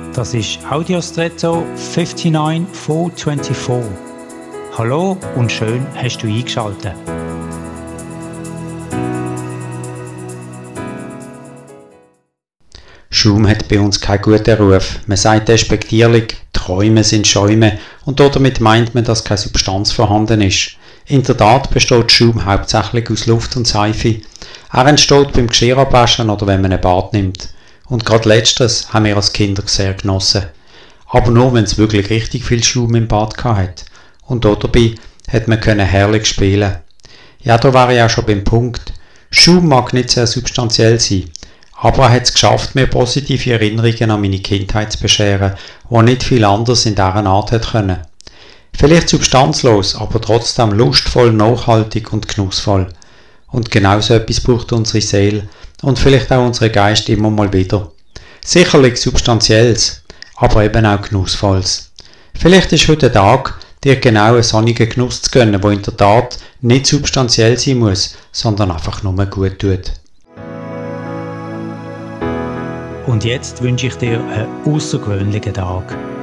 Das ist Audiostretto 59424. Hallo und schön hast du eingeschaltet. Schaum hat bei uns keinen guten Ruf. Man sagt despektierlich, Träume sind Schäume und damit meint man, dass keine Substanz vorhanden ist. In der Tat besteht Schaum hauptsächlich aus Luft und Seife. Er entsteht beim Geschirrabwaschen oder wenn man ein Bad nimmt. Und gerade letzteres haben wir als Kinder sehr genossen. Aber nur, wenn es wirklich richtig viel Schaum im Bad hatte. Und dabei hat man herrlich spielen. Ja, da war ich auch schon beim Punkt. Schaum mag nicht sehr substanziell sein, aber er hat es geschafft, mir positive Erinnerungen an meine Kindheit zu bescheren, die nicht viel anders in dieser Art hätte können. Vielleicht substanzlos, aber trotzdem lustvoll, nachhaltig und genussvoll. Und genau so etwas braucht unsere Seele und vielleicht auch unsere Geist immer mal wieder. Sicherlich Substanzielles, aber eben auch Genussvolles. Vielleicht ist heute der Tag, dir genau einen sonnigen Genuss zu gönnen, der in der Tat nicht substanziell sein muss, sondern einfach nur gut tut. Und jetzt wünsche ich dir einen außergewöhnlichen Tag.